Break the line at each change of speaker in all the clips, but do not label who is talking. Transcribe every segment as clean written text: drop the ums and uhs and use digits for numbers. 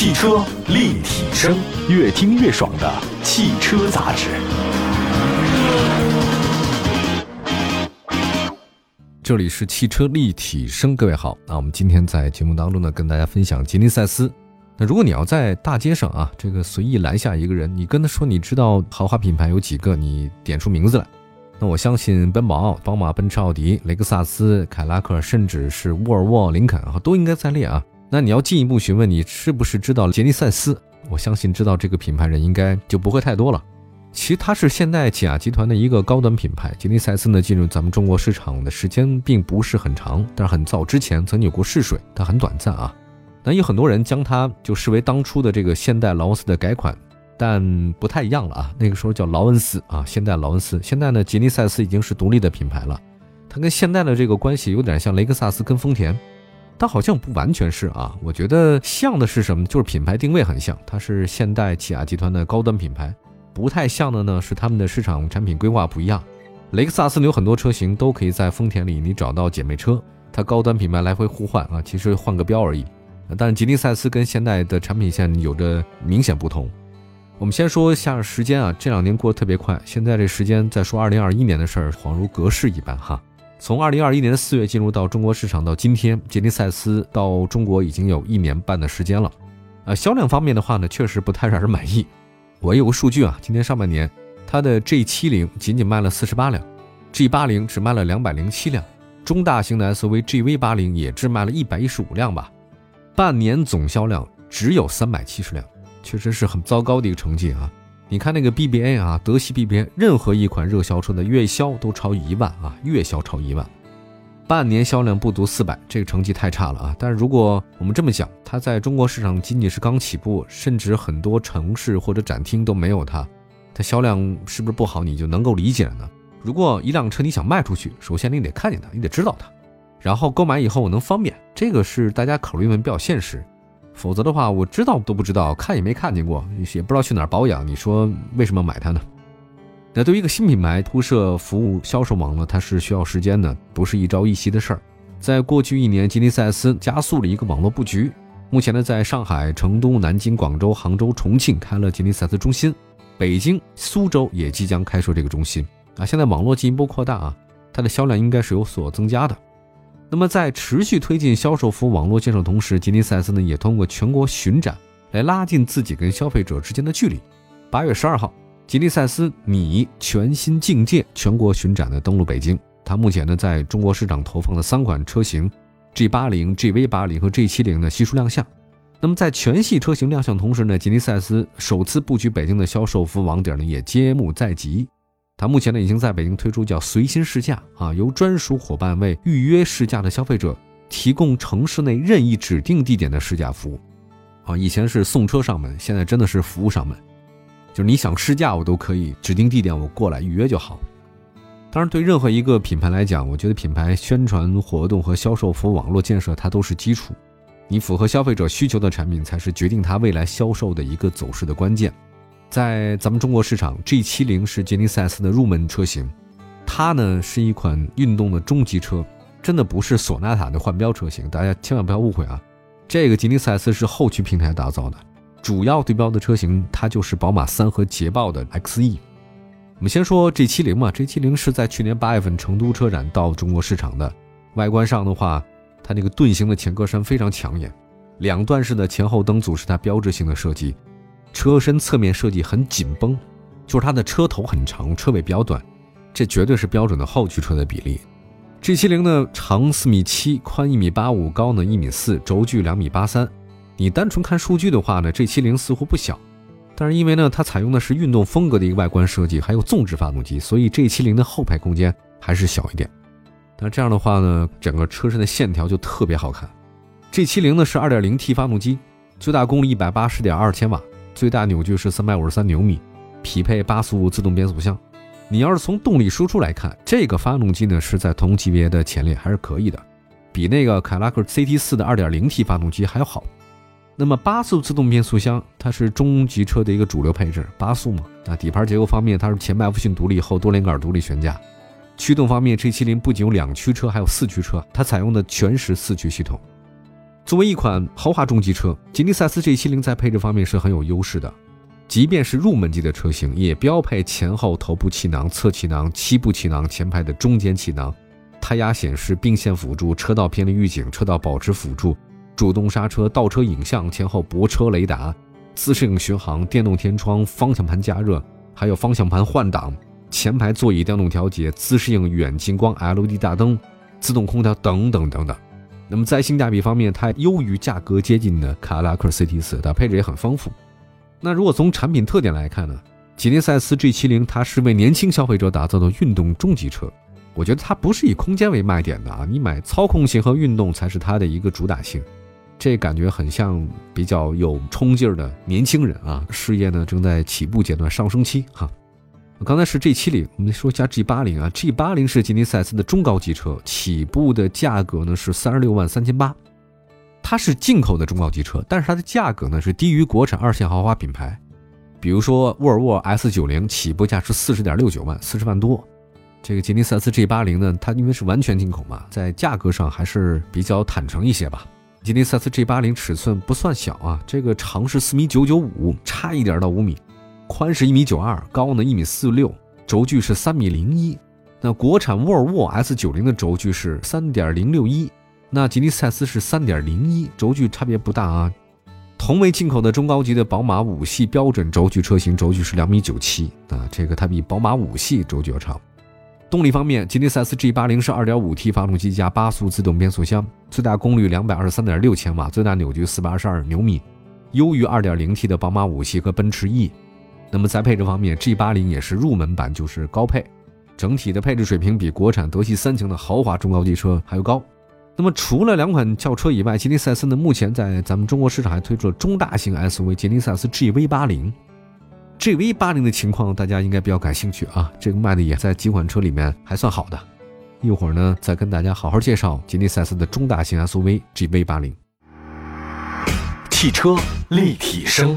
汽车立体声，越听越爽的汽车杂志。
这里是汽车立体声，各位好。那我们今天在节目当中呢，跟大家分享吉利赛斯。那如果你要在大街上啊，这个随意拦下一个人，你跟他说你知道豪华品牌有几个，你点出名字来，那我相信奔宝、宝马、奔驰、奥迪、雷克萨斯、凯拉克，甚至是沃尔沃、林肯啊，都应该在列啊。那你要进一步询问你是不是知道吉利赛斯，我相信知道这个品牌人应该就不会太多了。其实它是现代起亚集团的一个高端品牌，吉利赛斯呢进入咱们中国市场的时间并不是很长，但是很早之前曾经有过试水，它很短暂啊。那有很多人将它就视为当初的这个现代劳恩斯的改款，但不太一样了啊。那个时候叫劳恩斯啊，现代劳恩斯。现在呢，吉利赛斯已经是独立的品牌了，它跟现代的这个关系有点像雷克萨斯跟丰田，但好像不完全是啊。我觉得像的是什么？就是品牌定位很像，它是现代起亚集团的高端品牌。不太像的呢是他们的市场产品规划不一样。雷克萨斯有很多车型都可以在丰田里你找到姐妹车，它高端品牌来回互换啊，其实换个标而已。但是吉利赛斯跟现代的产品线有着明显不同。我们先说一下时间啊，这2年过得特别快，现在这时间再说2021年的事儿，恍如隔世一般哈。从2021年4月进入到中国市场到今天，吉利赛斯到中国已经有1年半的时间了。销量方面的话呢，确实不太让人满意。我有个数据啊，今年上半年它的 G70 仅仅卖了48辆， G80 只卖了207辆，中大型的 SUV GV80 也只卖了115辆吧，半年总销量只有370辆，确实是很糟糕的一个成绩啊。你看那个 BBA 啊，德系 BBA 任何一款热销车的月销都超1万啊，月销超1万，半年销量不足400，这个成绩太差了啊！但是如果我们这么想，它在中国市场仅仅是刚起步，甚至很多城市或者展厅都没有它销量是不是不好你就能够理解了呢？如果一辆车你想卖出去，首先你得看见它，你得知道它，然后购买以后能方便，这个是大家考虑的比较现实。否则的话，我知道都不知道，看也没看见过，也不知道去哪儿保养，你说为什么买它呢？那对于一个新品牌铺设服务销售网络，它是需要时间的，不是一朝一夕的事儿。在过去1年，吉利赛斯加速了一个网络布局。目前呢，在上海、成都、南京、广州、杭州、重庆开了吉利赛斯中心，北京、苏州也即将开设这个中心啊。现在网络进一步扩大啊，它的销量应该是有所增加的。那么在持续推进销售服务网络建设同时，吉利赛斯呢也通过全国巡展来拉近自己跟消费者之间的距离。8月12号。吉利赛斯拟全新境界全国巡展的登陆北京，它目前呢在中国市场投放的3款车型 G80、GV80 和 G70 呢悉数亮相。那么在全系车型亮相同时呢，吉利赛斯首次布局北京的销售服务网点呢也揭幕在即。它目前呢已经在北京推出叫随心试驾啊，由专属伙伴为预约试驾的消费者提供城市内任意指定地点的试驾服务啊。以前是送车上门，现在真的是服务上门。就是你想试驾我都可以指定地点我过来预约就好。当然对任何一个品牌来讲，我觉得品牌宣传活动和销售服务网络建设它都是基础，你符合消费者需求的产品才是决定它未来销售的一个走势的关键。在咱们中国市场 G70 是吉利赛斯的入门车型，它呢是一款运动的中级车，真的不是索纳塔的换标车型，大家千万不要误会啊。这个吉利赛斯是后驱平台打造的，主要对标的车型它就是宝马3和捷豹的 XE。 我们先说 G70 嘛， G70 是在去年8月份成都车展到中国市场的。外观上的话，它那个盾形的前格栅非常抢眼，2段式的前后灯组是它标志性的设计，车身侧面设计很紧绷，就是它的车头很长，车尾比较短，这绝对是标准的后驱车的比例。 G70 呢长4.7米，宽1.85米，高呢1.4米，轴距2.83米。你单纯看数据的话呢， G70 似乎不小，但是因为呢它采用的是运动风格的一个外观设计，还有纵置发动机，所以 G70 的后排空间还是小一点。那这样的话呢，整个车身的线条就特别好看。 G70 呢是 2.0T 发动机，最大功率 180.2千瓦，最大扭矩是353牛米，匹配8速自动变速箱。你要是从动力输出来看，这个发动机呢是在同级别的前列，还是可以的，比那个凯拉克 CT4 的 2.0T 发动机还要好。那么8速自动变速箱它是中级车的一个主流配置，8速嘛。那底盘结构方面，它是前麦弗逊独立后多连杆独立悬架。驱动方面 G70 不仅有2驱车还有4驱车，它采用的全时4驱系统。 作为一款豪华中级车，吉利赛斯 G70 在配置方面是很有优势的。即便是入门级的车型，也标配前后头部气囊、侧气囊、七部气囊、前排的中间气囊、胎压显示、并线辅助、车道偏离预警、车道保持辅助、主动刹车、倒车影像、前后泊车雷达、自适应巡航、电动天窗、方向盘加热，还有方向盘换挡、前排座椅电动调节、自适应远近光 LED 大灯、自动空调等等等等。那么在性价比方面，它优于价格接近的凯迪拉克 CT4， 它配置也很丰富。那如果从产品特点来看呢，吉利赛斯 G70 它是为年轻消费者打造的运动中级车。我觉得它不是以空间为卖点的啊，你买操控性和运动才是它的一个主打性。这感觉很像比较有冲劲儿的年轻人啊，事业呢正在起步阶段上升期哈。刚才是 G70， 我们说一下 G80 啊 ，G80 是吉利赛斯的中高级车，起步的价格呢是363800，它是进口的中高级车，但是它的价格呢是低于国产二线豪华品牌，比如说沃尔沃 S90 起步价是40.69万，40万多。这个吉利赛斯 G80 呢，它因为是完全进口嘛，在价格上还是比较坦诚一些吧。吉利赛斯 G80 尺寸不算小啊，这个长是4.995米，差一点到5米。宽是1.92米，高呢1.46米，轴距是3.01米。那国产沃尔沃 S90 的轴距是3.061，那吉利赛斯是3.01，轴距差别不大啊。同为进口的中高级的宝马5系标准轴距车型，轴距是2.97米啊，这个它比宝马5系轴距要长。动力方面，吉利赛斯 G80 是 2.5T 发动机加8速自动变速箱，最大功率223.6千瓦，最大扭矩422牛米，优于 2.0T 的宝马5系和奔驰 E。那么在配置方面 ，G80 也是入门版，就是高配，整体的配置水平比国产德系3强的豪华中高级车还要高。那么除了两款轿车以外，吉利赛斯呢目前在咱们中国市场还推出了中大型 SUV 吉利赛斯 GV80。GV80 的情况大家应该比较感兴趣啊，这个卖的也在几款车里面还算好的。一会儿呢再跟大家好好介绍吉利赛斯的中大型 SUV GV80。
汽车立体声。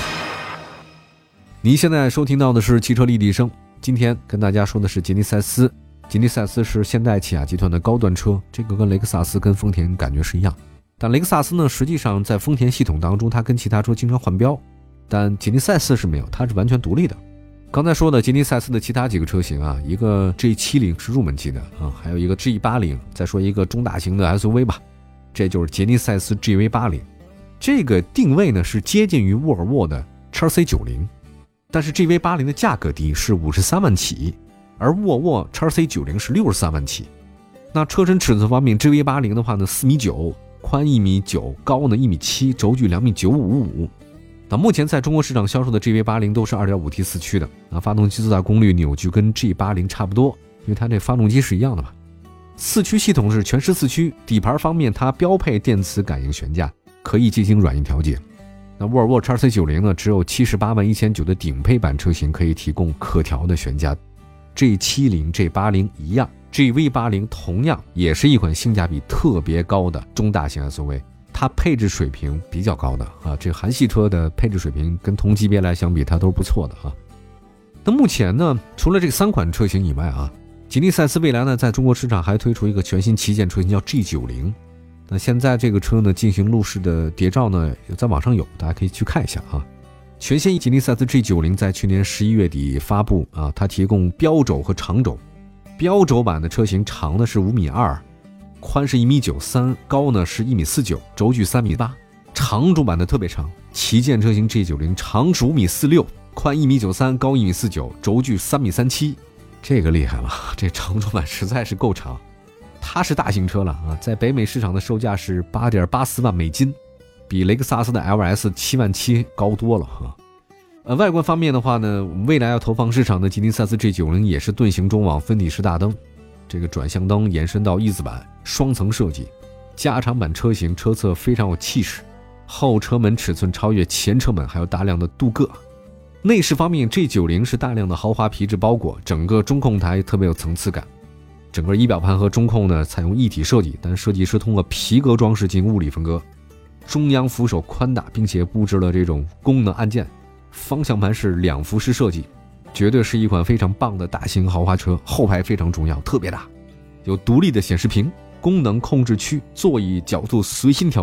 您现在收听到的是汽车立体声，今天跟大家说的是吉利赛斯。吉利赛斯是现代起亚集团的高端车，这个跟雷克萨斯跟丰田感觉是一样，但雷克萨斯呢实际上在丰田系统当中它跟其他车经常换标，但吉利赛斯是没有，它是完全独立的。刚才说的吉利赛斯的其他几个车型啊，一个 G70 是入门级的啊，还有一个 G80， 再说一个中大型的 SUV 吧，这就是吉利赛斯 GV80。这个定位呢是接近于沃尔沃的 XC90， 但是 GV80 的价格低，是53万起，而沃尔沃 XC90 是63万起。那车身尺寸方面 ，GV80 的话呢4.9米，宽1.9米，高呢1.7米，轴距2.955米。那目前在中国市场销售的 GV80 都是 2.5T 四驱的，发动机最大功率扭矩跟 G80 差不多，因为它这发动机是一样的嘛。四驱系统是全时四驱，底盘方面它标配电磁感应悬架，可以进行软硬调节。那沃尔沃 XC90 呢，只有78.19万的顶配版车型可以提供可调的悬架。G70、G80 一样 ，GV80 同样也是一款性价比特别高的中大型 SUV， 它配置水平比较高的啊，这个韩系车的配置水平跟同级别来相比，它都是不错的啊。那目前呢，除了这3款车型以外啊，吉利赛斯未来呢，在中国市场还推出一个全新旗舰车型叫 G90。那现在这个车呢，进行路试的谍照呢，在网上有，大家可以去看一下啊。全新吉利赛斯 G90 在去年11月底发布啊，它提供标轴和长轴。标轴版的车型长呢是5.2米，宽是1.93米，高呢是1.49米，轴距3.8米。长轴版的特别长，旗舰车型 G90 长是5.46米，宽1.93米，高1.49米，轴距3.37米。这个厉害了，这长轴版实在是够长。它是大型车了啊，在北美市场的售价是8.84万美金，比雷克萨斯的 LS 7.7万高多了哈。外观方面的话呢，我们未来要投放市场的吉利赛斯 G90 也是盾形中网分体式大灯，这个转向灯延伸到翼子板，双层设计，加长版车型，车侧非常有气势，后车门尺寸超越前车门，还有大量的镀铬。内饰方面 G90 是大量的豪华皮质包裹，整个中控台特别有层次感。整个仪表盘和中控呢采用一体设计，但设计师通过皮革装饰进行物理分割。中央扶手宽大，并且布置了这种功能按键。方向盘是2辐式设计，绝对是一款非常棒的大型豪华车。后排非常重要，特别大，有独立的显示屏、功能控制区、座椅角度随心调节、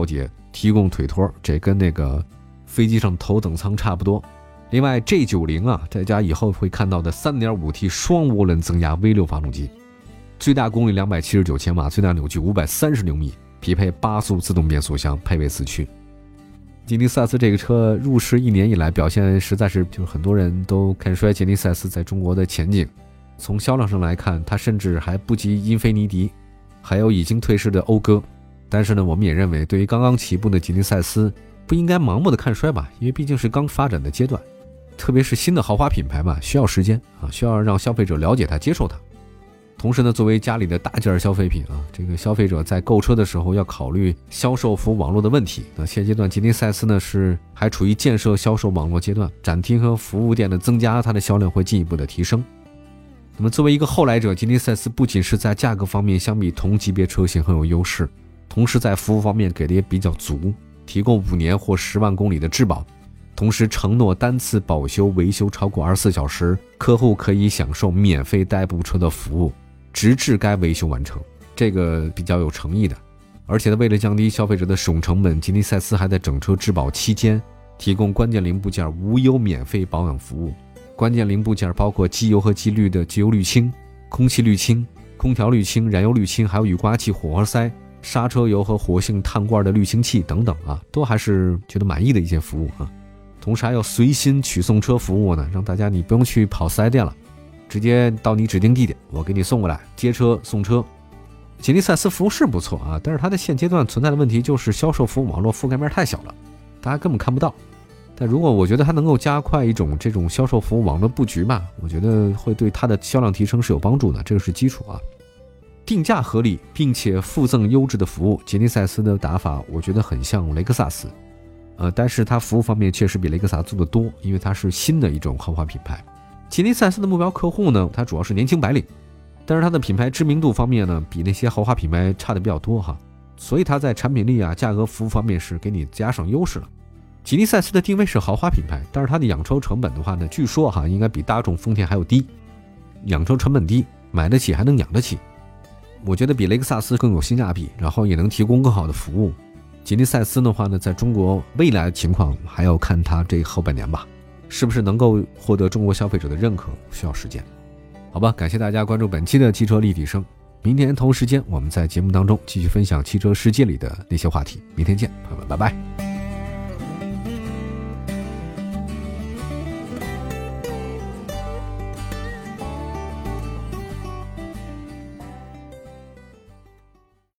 提供腿托，这跟那个飞机上头等舱差不多。另外 G90 啊，再加以后会看到的 3.5T 双涡轮增压 V6 发动机，最大功率279千瓦，最大扭矩530牛米，匹配8速自动变速箱，配备4驱。吉尼赛斯这个车入市1年以来表现实在是，就是很多人都看衰吉尼赛斯在中国的前景。从销量上来看，它甚至还不及英菲尼迪，还有已经退市的讴歌。但是呢，我们也认为对于刚刚起步的吉尼赛斯不应该盲目的看衰吧，因为毕竟是刚发展的阶段，特别是新的豪华品牌嘛，需要时间啊，需要让消费者了解它、接受它。同时呢，作为家里的大件消费品啊，这个消费者在购车的时候要考虑销售服务网络的问题。那现阶段吉尼赛斯呢是还处于建设销售网络阶段，展厅和服务店的增加，它的销量会进一步的提升。那么作为一个后来者，吉尼赛斯不仅是在价格方面相比同级别车型很有优势，同时在服务方面给的也比较足，提供5年或10万公里的质保，同时承诺单次保修维修超过24小时，客户可以享受免费代步车的服务，直至该维修完成，这个比较有诚意的。而且为了降低消费者的使用成本，吉尼赛斯还在整车质保期间提供关键零部件无忧免费保养服务。关键零部件包括机油和机滤的机油滤清、空气滤清、空调滤清、燃油滤清，还有雨刮器、火花塞、刹车油和活性碳罐的滤清器等等啊，都还是觉得满意的一些服务啊。同时还有随心取送车服务呢，让大家你不用去跑4S店了，直接到你指定地点，我给你送过来，接车送车。吉尼赛斯服务是不错啊，但是它的现阶段存在的问题就是销售服务网络覆盖面太小了，大家根本看不到。但如果我觉得它能够加快这种销售服务网络布局吧，我觉得会对它的销量提升是有帮助的，这个是基础啊。定价合理并且附赠优质的服务，吉尼赛斯的打法我觉得很像雷克萨斯，但是它服务方面确实比雷克萨斯做得多，因为它是新的一种豪华品牌。吉尼赛斯的目标客户呢，它主要是年轻白领，但是它的品牌知名度方面呢，比那些豪华品牌差的比较多哈，所以它在产品力啊、价格、服务方面是给你加上优势了。吉尼赛斯的定位是豪华品牌，但是它的养车成本的话呢，据说应该比大众、丰田还要低，养车成本低，买得起还能养得起，我觉得比雷克萨斯更有性价比，然后也能提供更好的服务。吉尼赛斯的话呢，在中国未来的情况还要看它这后半年吧，是不是能够获得中国消费者的认可，需要时间。好吧，感谢大家关注本期的汽车立体声，明天同时间我们在节目当中继续分享汽车世界里的那些话题，明天见，朋友们，拜拜。